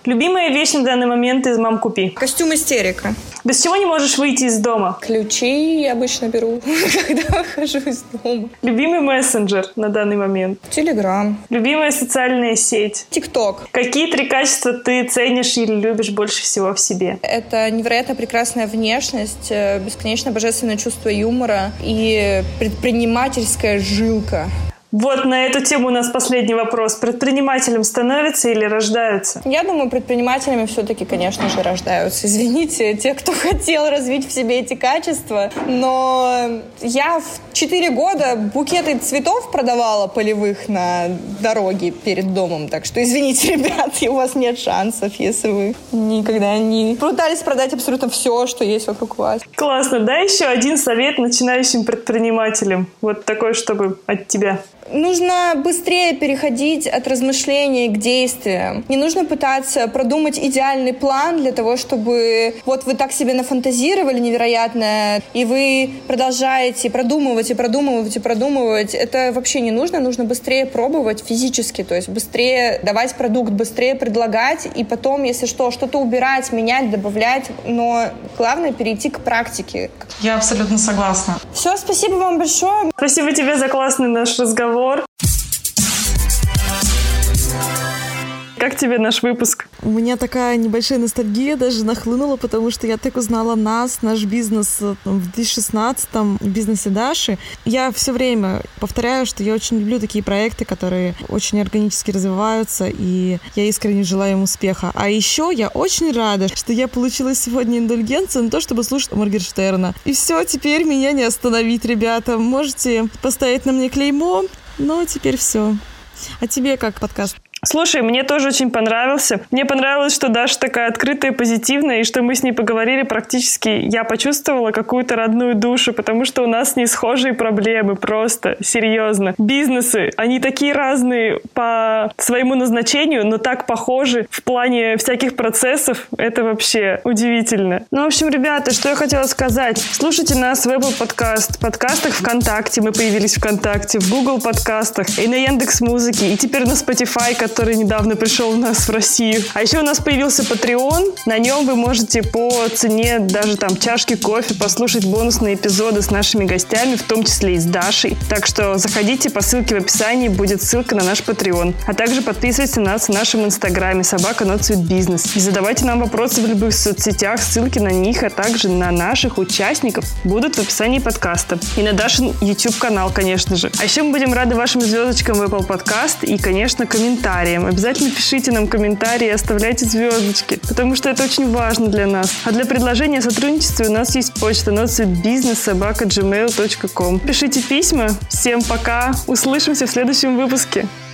Любимая вещь на данный момент из «Мам, купи»? Костюм истерика. Без чего не можешь выйти из дома? Ключи я обычно беру, когда выхожу из дома. Любимый мессенджер на данный момент? Телеграм. Любимая социальная сеть? ТикТок. Какие 3 качества ты ценишь или любишь больше всего в себе? Это невероятно прекрасная внешность, бесконечно божественное чувство юмора и предпринимательская жилка. Вот на эту тему у нас последний вопрос. Предпринимателем становятся или рождаются? Я думаю, предпринимателями все-таки, конечно же, рождаются. Извините, те, кто хотел развить в себе эти качества. Но я в 4 года букеты цветов продавала полевых на дороге перед домом. Так что, извините, ребят, у вас нет шансов, если вы никогда не пытались продать абсолютно все, что есть вокруг вас. Классно. Дай еще один совет начинающим предпринимателям. Вот такой, чтобы от тебя. Нужно быстрее переходить от размышлений к действиям. Не нужно пытаться продумать идеальный план для того, чтобы вот вы так себе нафантазировали невероятно, и вы продолжаете продумывать. Это вообще не нужно. Нужно быстрее пробовать физически, то есть быстрее давать продукт, быстрее предлагать, и потом, если что-то убирать, менять, добавлять. Но главное перейти к практике. Я абсолютно согласна. Все, спасибо вам большое. Спасибо тебе за классный наш разговор. Как тебе наш выпуск? У меня такая небольшая ностальгия даже нахлынула, потому что я так узнала наш бизнес в 2016-м, в бизнесе Даши. Я все время повторяю, что я очень люблю такие проекты, которые очень органически развиваются, и я искренне желаю им успеха. А еще я очень рада, что я получила сегодня индульгенцию на то, чтобы слушать Моргенштерна. И все, теперь меня не остановить, ребята. Можете поставить на мне клеймо, но теперь все. А тебе как подкаст? Слушай, мне тоже очень понравился. Мне понравилось, что Даша такая открытая, позитивная, и что мы с ней поговорили практически. Я почувствовала какую-то родную душу, потому что у нас с ней схожие проблемы, просто, серьезно. Бизнесы, они такие разные по своему назначению, но так похожи в плане всяких процессов. Это вообще удивительно. Ну, в общем, ребята, что я хотела сказать. Слушайте нас в Apple Podcast, подкастах ВКонтакте, мы появились ВКонтакте, в Google подкастах и на Яндекс.Музыке, и теперь на Spotify, который недавно пришел у нас в Россию. А еще у нас появился Patreon. На нем вы можете по цене даже там чашки кофе послушать бонусные эпизоды с нашими гостями, в том числе и с Дашей. Так что заходите по ссылке в описании, будет ссылка на наш Patreon. А также подписывайтесь на нас в нашем инстаграме @NotSweetBusiness. И задавайте нам вопросы в любых соцсетях, ссылки на них, а также на наших участников будут в описании подкаста. И на Дашин YouTube-канал, конечно же. А еще мы будем рады вашим звездочкам в Apple Podcast и, конечно, комментариям. Обязательно пишите нам комментарии и оставляйте звездочки, потому что это очень важно для нас. А для предложения о сотрудничестве у нас есть почта notsweetbusiness@gmail.com. Пишите письма. Всем пока. Услышимся в следующем выпуске.